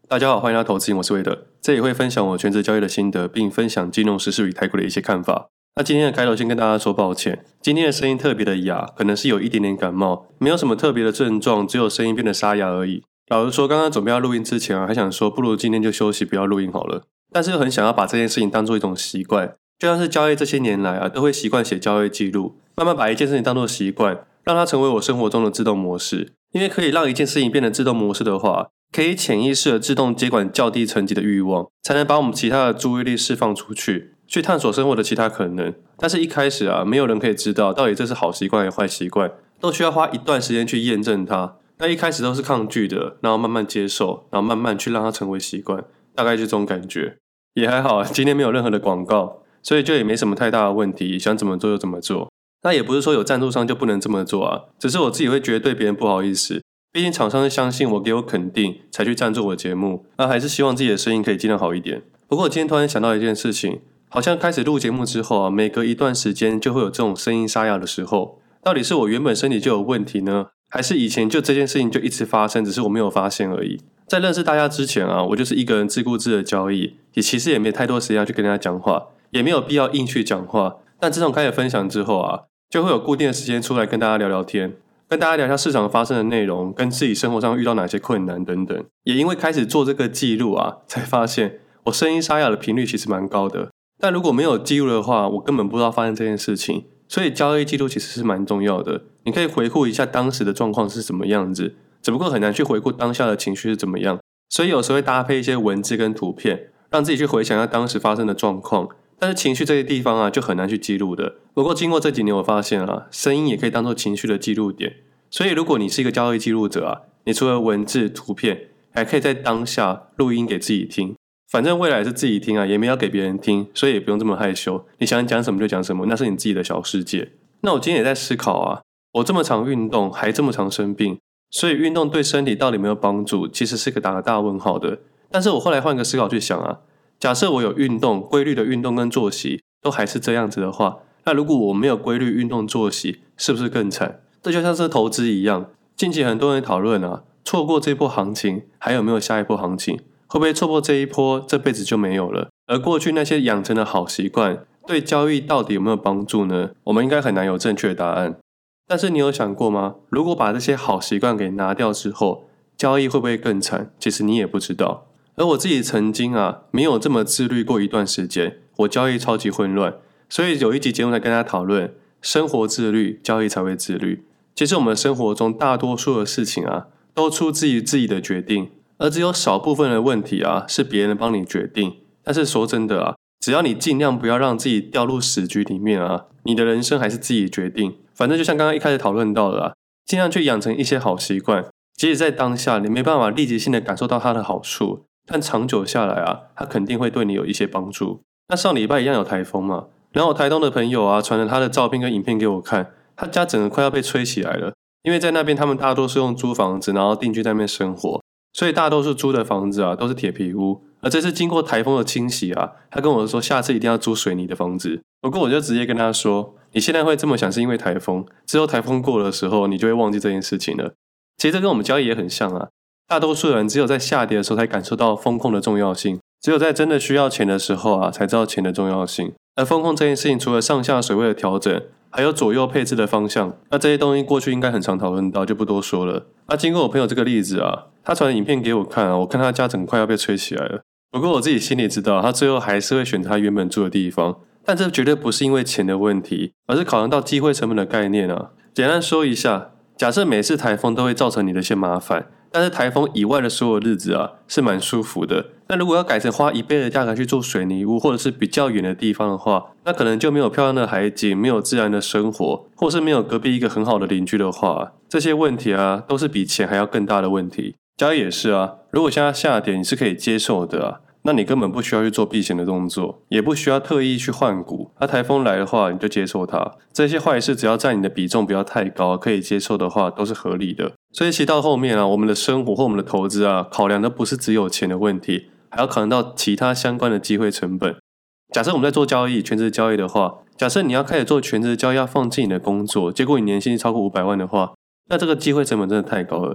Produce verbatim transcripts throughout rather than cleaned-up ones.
大家好，欢迎来到投资，我是魏德，这里会分享我全职交易的心得，并分享金融时事与台股的一些看法。那今天的开头先跟大家说抱歉，今天的声音特别的哑，可能是有一点点感冒，没有什么特别的症状，只有声音变得沙哑而已。老实说，刚刚准备要录音之前啊，还想说不如今天就休息，不要录音好了。但是又很想要把这件事情当做一种习惯，就像是交易这些年来啊，都会习惯写交易记录，慢慢把一件事情当做习惯，让它成为我生活中的自动模式。因为可以让一件事情变成自动模式的话，可以潜意识的自动接管较低层级的欲望，才能把我们其他的注意力释放出去，去探索生活的其他可能。但是一开始啊，没有人可以知道到底这是好习惯还是坏习惯，都需要花一段时间去验证它。那一开始都是抗拒的，然后慢慢接受，然后慢慢去让它成为习惯，大概就这种感觉。也还好啊，今天没有任何的广告，所以就也没什么太大的问题，想怎么做就怎么做。那也不是说有赞助商就不能这么做啊，只是我自己会觉得对别人不好意思，毕竟厂商是相信我，给我肯定才去赞助我的节目，那还是希望自己的声音可以尽量好一点。不过我今天突然想到一件事情，好像开始录节目之后啊，每隔一段时间就会有这种声音沙哑的时候，到底是我原本身体就有问题呢，还是以前就这件事情就一直发生，只是我没有发现而已。在认识大家之前啊，我就是一个人自顾自的交易，也其实也没太多时间要去跟大家讲话，也没有必要硬去讲话。但自从开始分享之后啊，就会有固定的时间出来跟大家聊聊天，跟大家聊一下市场发生的内容，跟自己生活上遇到哪些困难等等。也因为开始做这个记录啊，才发现我声音沙哑的频率其实蛮高的。但如果没有记录的话，我根本不知道发生这件事情。所以交易记录其实是蛮重要的，你可以回顾一下当时的状况是什么样子，只不过很难去回顾当下的情绪是怎么样。所以有时候会搭配一些文字跟图片，让自己去回想一下当时发生的状况。但是情绪这些地方啊，就很难去记录的。不过经过这几年我发现啊，声音也可以当做情绪的记录点。所以如果你是一个交易记录者啊，你除了文字、图片，还可以在当下录音给自己听。反正未来是自己听啊，也没有给别人听，所以也不用这么害羞。你想讲什么就讲什么，那是你自己的小世界。那我今天也在思考啊，我这么常运动，还这么常生病，所以运动对身体到底有没有帮助，其实是个打个大问号的。但是我后来换个思考去想啊，假设我有运动，规律的运动跟作息都还是这样子的话，那如果我没有规律运动作息，是不是更惨？这就像是投资一样，近期很多人讨论啊，错过这波行情，还有没有下一波行情？会不会错过这一波，这辈子就没有了？而过去那些养成的好习惯，对交易到底有没有帮助呢？我们应该很难有正确的答案。但是你有想过吗？如果把这些好习惯给拿掉之后，交易会不会更惨？其实你也不知道。而我自己曾经啊，没有这么自律过一段时间，我交易超级混乱，所以有一集节目才跟大家讨论，生活自律，交易才会自律。其实我们生活中大多数的事情啊，都出自于自己的决定。而只有少部分的问题啊，是别人帮你决定。但是说真的啊，只要你尽量不要让自己掉入死局里面啊，你的人生还是自己决定。反正就像刚刚一开始讨论到的啊，尽量去养成一些好习惯。即使在当下你没办法立即性的感受到它的好处，但长久下来啊，它肯定会对你有一些帮助。那上礼拜一样有台风嘛，然后我台东的朋友啊，传了他的照片跟影片给我看，他家整个快要被吹起来了。因为在那边他们大多是用租房子，然后定居在那边生活。所以大多数租的房子啊都是铁皮屋，而这次经过台风的侵袭啊，他跟我说下次一定要租水泥的房子。不过我就直接跟他说，你现在会这么想是因为台风，之后台风过的时候你就会忘记这件事情了。其实这跟我们交易也很像啊，大多数人只有在下跌的时候才感受到风控的重要性，只有在真的需要钱的时候啊才知道钱的重要性。而风控这件事情除了上下水位的调整，还有左右配置的方向，那这些东西过去应该很常讨论到，就不多说了。那经过我朋友这个例子啊，他传的影片给我看啊，我看他家整快要被吹起来了。不过我自己心里知道，他最后还是会选择他原本住的地方，但这绝对不是因为钱的问题，而是考量到机会成本的概念啊。简单说一下，假设每次台风都会造成你的一些麻烦，但是台风以外的所有日子啊，是蛮舒服的。那如果要改成花一倍的价格去住水泥屋，或者是比较远的地方的话，那可能就没有漂亮的海景，没有自然的生活，或是没有隔壁一个很好的邻居的话，这些问题啊，都是比钱还要更大的问题。交易也是啊，如果现在下跌你是可以接受的啊，那你根本不需要去做避险的动作，也不需要特意去换股。那台风来的话，你就接受它。这些坏事只要占你的比重不要太高，可以接受的话，都是合理的。所以其实到后面啊，我们的生活或我们的投资啊，考量的不是只有钱的问题，还要考量到其他相关的机会成本。假设我们在做交易，全职交易的话，假设你要开始做全职交易，要放弃你的工作，结果你年薪超过五百万的话，那这个机会成本真的太高了。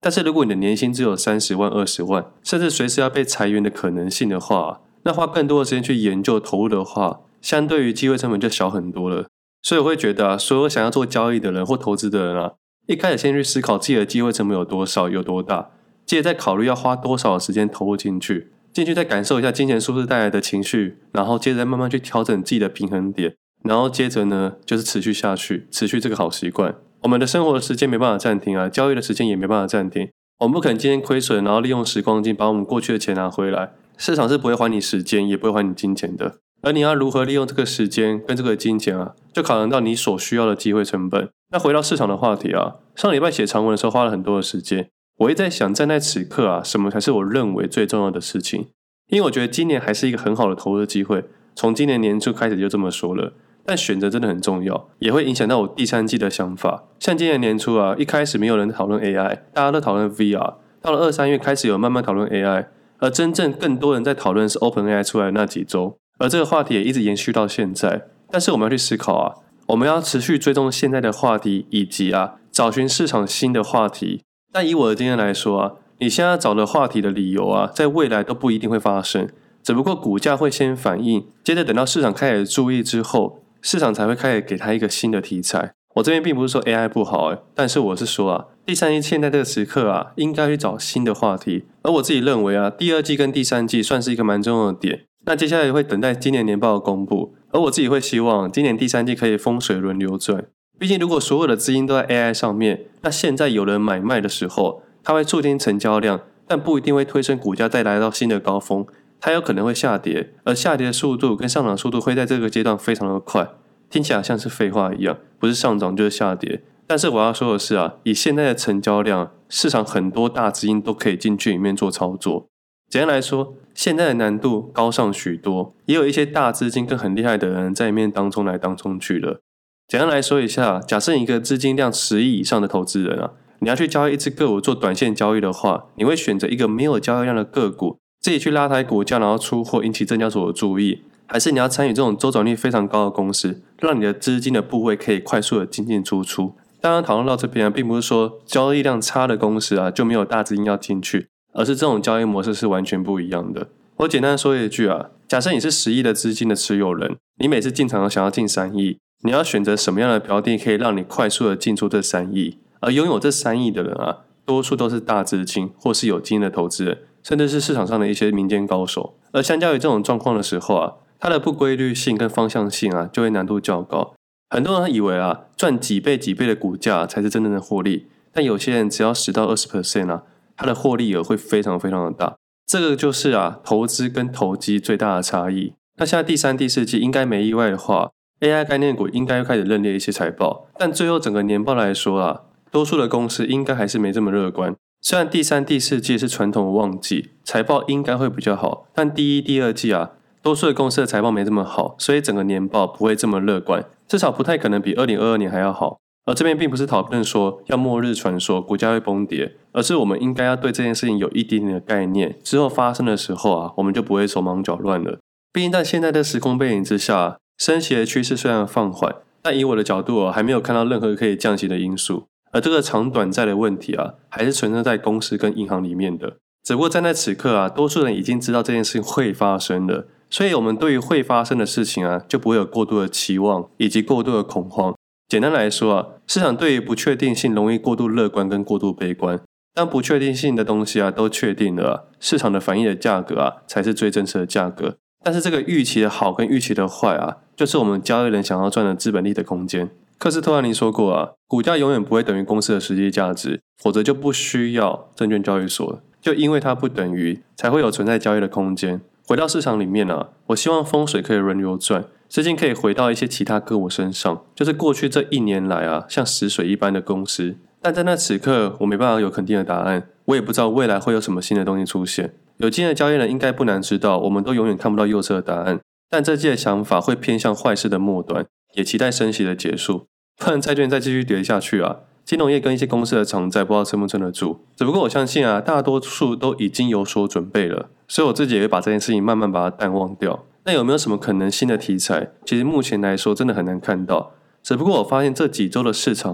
但是如果你的年薪只有三十万、二十万，甚至随时要被裁员的可能性的话，那花更多的时间去研究投入的话，相对于机会成本就小很多了。所以我会觉得啊，所有想要做交易的人或投资的人啊，一开始先去思考自己的机会成本有多少、有多大，接着再考虑要花多少的时间投入进去，进去再感受一下金钱数字带来的情绪，然后接着再慢慢去调整自己的平衡点，然后接着呢就是持续下去，持续这个好习惯。我们的生活的时间没办法暂停啊，交易的时间也没办法暂停。我们不可能今天亏损，然后利用时光机把我们过去的钱拿回来。市场是不会还你时间，也不会还你金钱的。而你要如何利用这个时间跟这个金钱啊，就考量到你所需要的机会成本。那回到市场的话题啊，上礼拜写长文的时候花了很多的时间，我一直在想，站在此刻啊，什么才是我认为最重要的事情？因为我觉得今年还是一个很好的投资机会，从今年年初开始就这么说了。但选择真的很重要，也会影响到我第三季的想法。像今年年初啊，一开始没有人讨论 A I， 大家都讨论 V R。到了二三月开始有慢慢讨论 A I， 而真正更多人在讨论是 OpenAI 出来的那几周，而这个话题也一直延续到现在。但是我们要去思考啊，我们要持续追踪现在的话题，以及啊找寻市场新的话题。但以我的经验来说啊，你现在找的话题的理由啊，在未来都不一定会发生，只不过股价会先反应，接着等到市场开始注意之后，市场才会开始给它一个新的题材。我这边并不是说 A I 不好诶，但是我是说啊，第三季现在这个时刻啊，应该去找新的话题。而我自己认为啊，第二季跟第三季算是一个蛮重要的点。那接下来会等待今年年报的公布，而我自己会希望今年第三季可以风水轮流转。毕竟如果所有的资金都在 A I 上面，那现在有人买卖的时候，它会促进成交量，但不一定会推升股价再来到新的高峰。它有可能会下跌，而下跌的速度跟上涨速度会在这个阶段非常的快，听起来像是废话一样，不是上涨就是下跌。但是我要说的是啊，以现在的成交量，市场很多大资金都可以进去里面做操作。简单来说，现在的难度高上许多，也有一些大资金跟很厉害的人在里面当中来当中去了。简单来说一下，假设一个资金量十亿以上的投资人啊，你要去交易一只个股做短线交易的话，你会选择一个没有交易量的个股，自己去拉抬股价，然后出货引起证交所的注意，还是你要参与这种周转率非常高的公司，让你的资金的部位可以快速的进进出出。当然讨论到这边啊，并不是说交易量差的公司啊就没有大资金要进去，而是这种交易模式是完全不一样的。我简单说一句啊，假设你是十亿的资金的持有人，你每次进场都想要进三亿，你要选择什么样的标的可以让你快速的进出这三亿？而拥有这三亿的人啊，多数都是大资金或是有经验的投资人，甚至是市场上的一些民间高手。而相较于这种状况的时候啊，它的不规律性跟方向性啊，就会难度较高。很多人以为啊，赚几倍几倍的股价才是真正的获利，但有些人只要百分之十到二十 啊，他的获利额会非常非常的大。这个就是啊，投资跟投机最大的差异。那现在第三、第四季应该没意外的话， A I 概念股应该开始认列一些财报，但最后整个年报来说啊，多数的公司应该还是没这么乐观。虽然第三、第四季是传统的旺季，财报应该会比较好，但第一、第二季啊，多数的公司的财报没这么好，所以整个年报不会这么乐观，至少不太可能比二零二二年还要好。而这边并不是讨论说要末日传说股价会崩跌，而是我们应该要对这件事情有一点点的概念，之后发生的时候啊，我们就不会手忙脚乱了。毕竟在现在的时空背景之下，升息的趋势虽然放缓，但以我的角度啊，还没有看到任何可以降息的因素。而这个长短债的问题啊，还是存在在公司跟银行里面的。只不过站在此刻啊，多数人已经知道这件事情会发生了，所以我们对于会发生的事情啊，就不会有过度的期望以及过度的恐慌。简单来说啊，市场对于不确定性容易过度乐观跟过度悲观。当不确定性的东西啊都确定了啊，市场的反映的价格啊才是最真实的价格。但是这个预期的好跟预期的坏啊，就是我们交易人想要赚的资本利的空间。克斯托兰尼说过啊，股价永远不会等于公司的实际价值，否则就不需要证券交易所，就因为它不等于，才会有存在交易的空间。回到市场里面啊，我希望风水可以轮流转，资金可以回到一些其他个股身上，就是过去这一年来啊，像死水一般的公司。但在那此刻，我没办法有肯定的答案，我也不知道未来会有什么新的东西出现。有经验的交易人应该不难知道，我们都永远看不到右侧的答案。但这季的想法会偏向坏事的末端，也期待升息的结束。不然债券再继续跌下去啊，金融业跟一些公司的偿债不知道撑不撑得住。只不过我相信啊，大多数都已经有所准备了，所以我自己也会把这件事情慢慢把它淡忘掉。那有没有什么可能新的题材？其实目前来说真的很难看到。只不过我发现这几周的市场啊，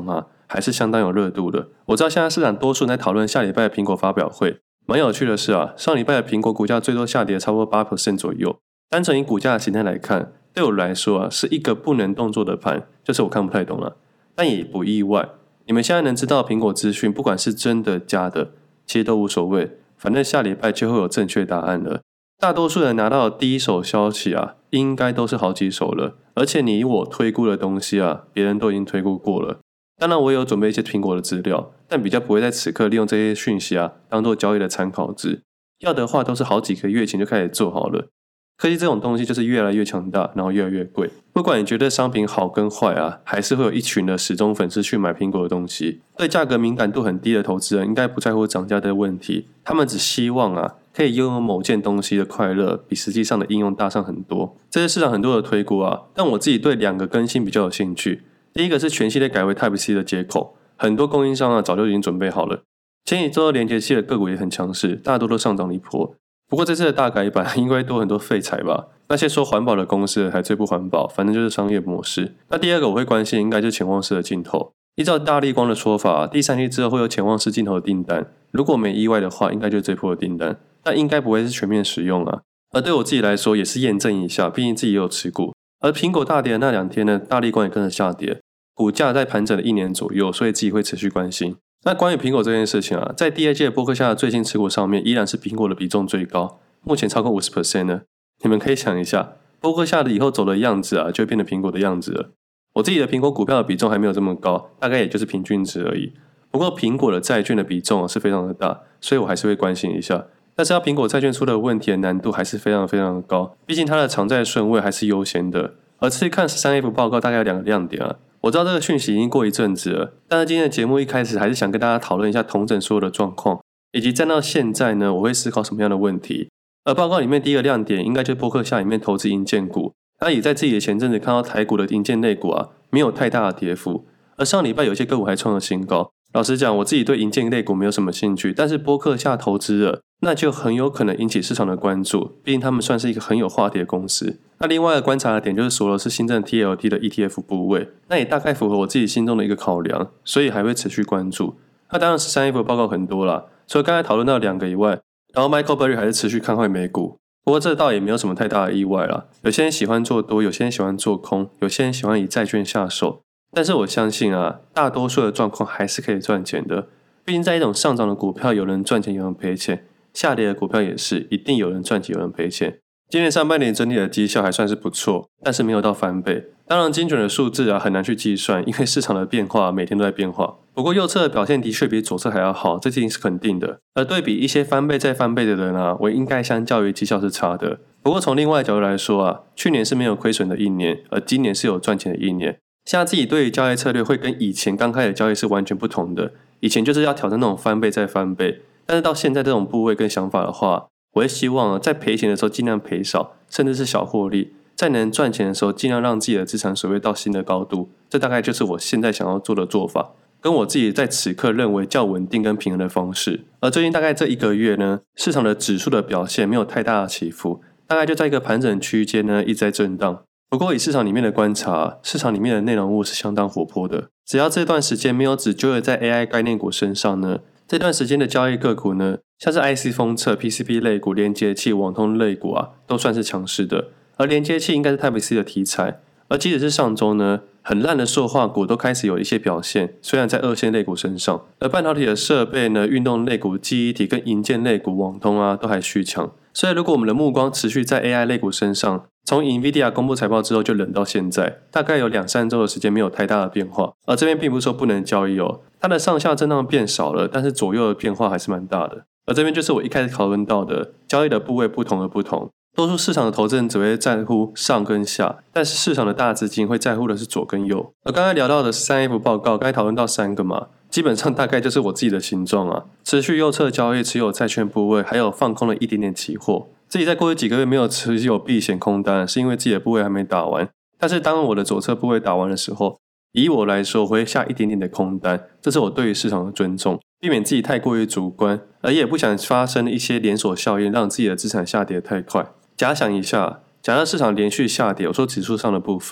还是相当有热度的。我知道现在市场多数人在讨论下礼拜的苹果发表会，蛮有趣的是啊，上礼拜的苹果股价最多下跌差不多 百分之八 左右。单纯以股价的形态来看，对我来说啊，是一个不能动作的盘，就是我看不太懂了。但也不意外，你们现在能知道苹果资讯，不管是真的假的，其实都无所谓，反正下礼拜就会有正确答案了。大多数人拿到的第一手消息啊，应该都是好几手了，而且你我推估的东西啊，别人都已经推估过了。当然我也有准备一些苹果的资料，但比较不会在此刻利用这些讯息啊，当做交易的参考值。要的话都是好几个月前就开始做好了。科技这种东西就是越来越强大，然后越来越贵。不管你觉得商品好跟坏啊，还是会有一群的死忠粉丝去买苹果的东西。对价格敏感度很低的投资人应该不在乎涨价的问题，他们只希望啊，可以拥有某件东西的快乐比实际上的应用大上很多。这是市场很多的推估啊，但我自己对两个更新比较有兴趣。第一个是全系列改为 Type C 的接口，很多供应商啊早就已经准备好了。前几周的连接器的个股也很强势，大多都上涨了一波。不过这次的大改版应该多很多废材吧？那些说环保的公司还最不环保，反正就是商业模式。那第二个我会关心应该就是潜望式的镜头。依照大立光的说法，第三季之后会有潜望式镜头的订单，如果没意外的话，应该就是这波的订单，但应该不会是全面使用啊。而对我自己来说也是验证一下，毕竟自己也有持股。而苹果大跌的那两天呢，大立光也跟着下跌，股价在盘整了一年左右，所以自己会持续关心。那关于苹果这件事情啊，在第二届播客下的最新持股上面，依然是苹果的比重最高，目前超过 百分之五十 呢。你们可以想一下，播客下的以后走的样子啊，就会变成苹果的样子了。我自己的苹果股票的比重还没有这么高，大概也就是平均值而已。不过苹果的债券的比重、啊、是非常的大，所以我还是会关心一下。但是要苹果债券出的问题的难度还是非常非常的高，毕竟它的偿债顺位还是优先的。而这次看 十三 F 报告大概有两个亮点啊。我知道这个讯息已经过一阵子了，但是今天的节目一开始还是想跟大家讨论一下统整所有的状况，以及站到现在呢，我会思考什么样的问题。而报告里面第一个亮点应该就是播客下里面投资营建股，那也在自己的前阵子看到台股的营建类股啊，没有太大的跌幅，而上礼拜有些个股还创了新高。老实讲，我自己对营建类股没有什么兴趣，但是播客下投资了，那就很有可能引起市场的关注，毕竟他们算是一个很有话题的公司。那另外一个观察的点就是索罗斯新增 T L T 的 E T F 部位，那也大概符合我自己心中的一个考量，所以还会持续关注。那当然 十三 F 报告很多啦，除了刚才讨论到两个以外，然后 Michael Burry 还是持续看坏美股。不过这倒也没有什么太大的意外啦，有些人喜欢做多，有些人喜欢做空，有些人喜欢以债券下手。但是我相信啊，大多数的状况还是可以赚钱的。毕竟在一种上涨的股票，有人赚钱，有人赔钱；下跌的股票也是，一定有人赚钱，有人赔钱。今年上半年整体的绩效还算是不错，但是没有到翻倍。当然精准的数字啊很难去计算，因为市场的变化每天都在变化。不过右侧的表现的确比左侧还要好，这一定是肯定的。而对比一些翻倍再翻倍的人啊，我应该相较于绩效是差的。不过从另外的角度来说啊，去年是没有亏损的一年，而今年是有赚钱的一年。现在自己对于交易策略会跟以前刚开始交易是完全不同的。以前就是要挑战那种翻倍再翻倍，但是到现在这种部位跟想法的话，我会希望啊，在赔钱的时候尽量赔少，甚至是小获利；在能赚钱的时候，尽量让自己的资产水位到新的高度。这大概就是我现在想要做的做法，跟我自己在此刻认为较稳定跟平衡的方式。而最近大概这一个月呢，市场的指数的表现没有太大的起伏，大概就在一个盘整区间呢，一直在震荡。不过以市场里面的观察，市场里面的内容物是相当活泼的。只要这段时间没有只纠结在 A I 概念股身上呢，这段时间的交易个股呢，像是 I C 封测、P C B 类股、连接器、网通类股啊，都算是强势的。而连接器应该是 Type C 的题材，而即使是上周呢，很烂的塑化股都开始有一些表现，虽然在二线类股身上。而半导体的设备呢，运动类股、记忆体跟营建类股、网通啊，都还续强。所以如果我们的目光持续在 A I 类股身上，从 Nvidia 公布财报之后就冷到现在，大概有两三周的时间没有太大的变化。而这边并不是说不能交易哦，它的上下震荡变少了，但是左右的变化还是蛮大的。而这边就是我一开始讨论到的，交易的部位不同而不同。多数市场的投资人只会在乎上跟下，但是市场的大资金会在乎的是左跟右。而刚才聊到的 十三 F 报告，刚才讨论到三个嘛，基本上大概就是我自己的形状啊，持续右侧交易，持有债券部位，还有放空了一点点期货。自己在过去几个月没有持有避险空单，是因为自己的部位还没打完。但是当我的左侧部位打完的时候，以我来说，我会下一点点的空单，这是我对于市场的尊重，避免自己太过于主观，而也不想发生一些连锁效应，让自己的资产下跌太快。假想一下，假设市场连续下跌，我说指数上的部分，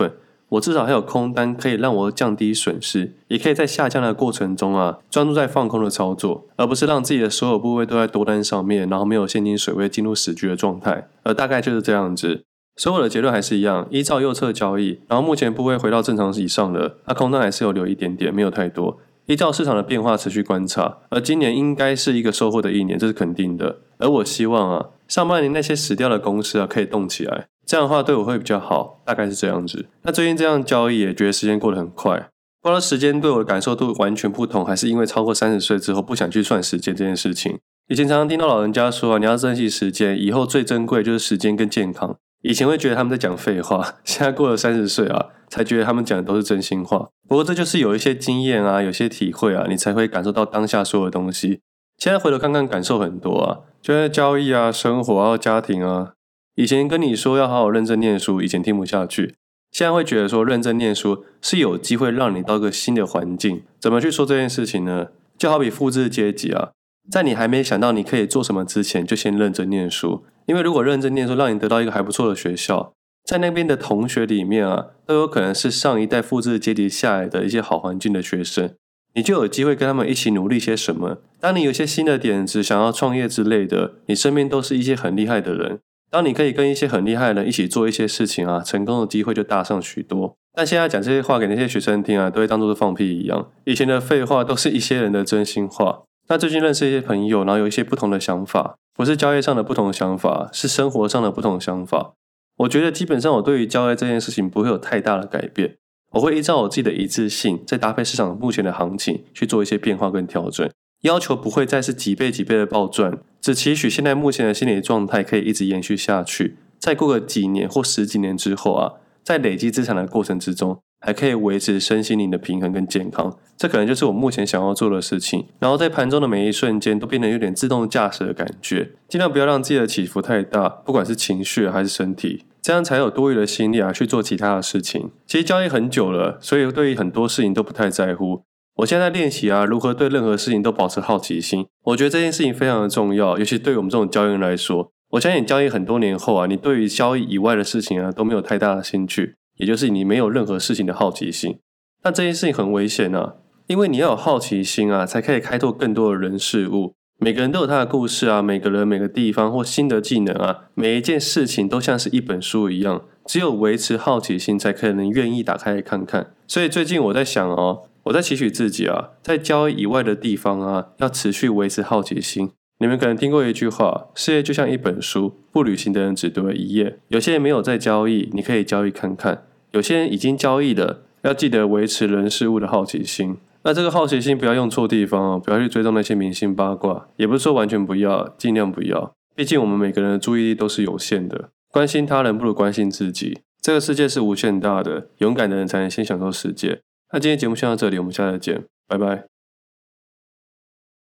我至少还有空单可以让我降低损失，也可以在下降的过程中啊，专注在放空的操作，而不是让自己的所有部位都在多单上面，然后没有现金水位进入死局的状态。而大概就是这样子。所以我的结论还是一样，依照右侧交易，然后目前部位回到正常以上了，啊空单还是有留一点点，没有太多。依照市场的变化持续观察，而今年应该是一个收获的一年，这是肯定的。而我希望啊，上半年那些死掉的公司啊可以动起来，这样的话对我会比较好，大概是这样子。那最近这样交易也觉得时间过得很快，不知道时间对我的感受度完全不同，还是因为超过三十岁之后不想去算时间这件事情。以前常常听到老人家说啊，你要珍惜时间，以后最珍贵就是时间跟健康。以前会觉得他们在讲废话，现在过了三十岁啊，才觉得他们讲的都是真心话。不过这就是有一些经验啊，有些体会啊，你才会感受到当下所有的东西。现在回头看看，感受很多啊，就在交易啊、生活啊、家庭啊。以前跟你说要好好认真念书，以前听不下去，现在会觉得说认真念书是有机会让你到一个新的环境。怎么去说这件事情呢？就好比复制阶级啊，在你还没想到你可以做什么之前，就先认真念书。因为如果认真念书，让你得到一个还不错的学校，在那边的同学里面啊，都有可能是上一代复制阶级下来的一些好环境的学生，你就有机会跟他们一起努力些什么。当你有些新的点子，想要创业之类的，你身边都是一些很厉害的人。当你可以跟一些很厉害的人一起做一些事情啊，成功的机会就大上许多。但现在讲这些话给那些学生听啊，都会当作是放屁一样。以前的废话都是一些人的真心话。那最近认识一些朋友，然后有一些不同的想法，不是交易上的不同的想法，是生活上的不同的想法。我觉得基本上我对于交易这件事情不会有太大的改变，我会依照我自己的一致性，再搭配市场目前的行情去做一些变化跟调整，要求不会再是几倍几倍的暴赚，只期许现在目前的心理状态可以一直延续下去，再过个几年或十几年之后啊，在累积资产的过程之中，还可以维持身心灵的平衡跟健康，这可能就是我目前想要做的事情。然后在盘中的每一瞬间都变得有点自动驾驶的感觉，尽量不要让自己的起伏太大，不管是情绪还是身体，这样才有多余的心力啊去做其他的事情。其实交易很久了，所以对于很多事情都不太在乎。我现在在练习啊，如何对任何事情都保持好奇心。我觉得这件事情非常的重要，尤其对于我们这种交易人来说。我相信交易很多年后啊，你对于交易以外的事情啊都没有太大的兴趣，也就是你没有任何事情的好奇心。但这件事情很危险啊，因为你要有好奇心啊，才可以开拓更多的人事物。每个人都有他的故事啊，每个人每个地方或新的技能啊，每一件事情都像是一本书一样，只有维持好奇心才可能愿意打开来看看。所以最近我在想哦，我在期许自己啊，在交易以外的地方啊，要持续维持好奇心。你们可能听过一句话，事业就像一本书，不旅行的人只读了一页。有些人没有在交易，你可以交易看看；有些人已经交易了，要记得维持人事物的好奇心。那这个好奇心不要用错地方哦，不要去追踪那些明星八卦，也不是说完全不要，尽量不要。毕竟我们每个人的注意力都是有限的，关心他人不如关心自己。这个世界是无限大的，勇敢的人才能先享受世界。那今天节目先到这里，我们下次再见，拜拜。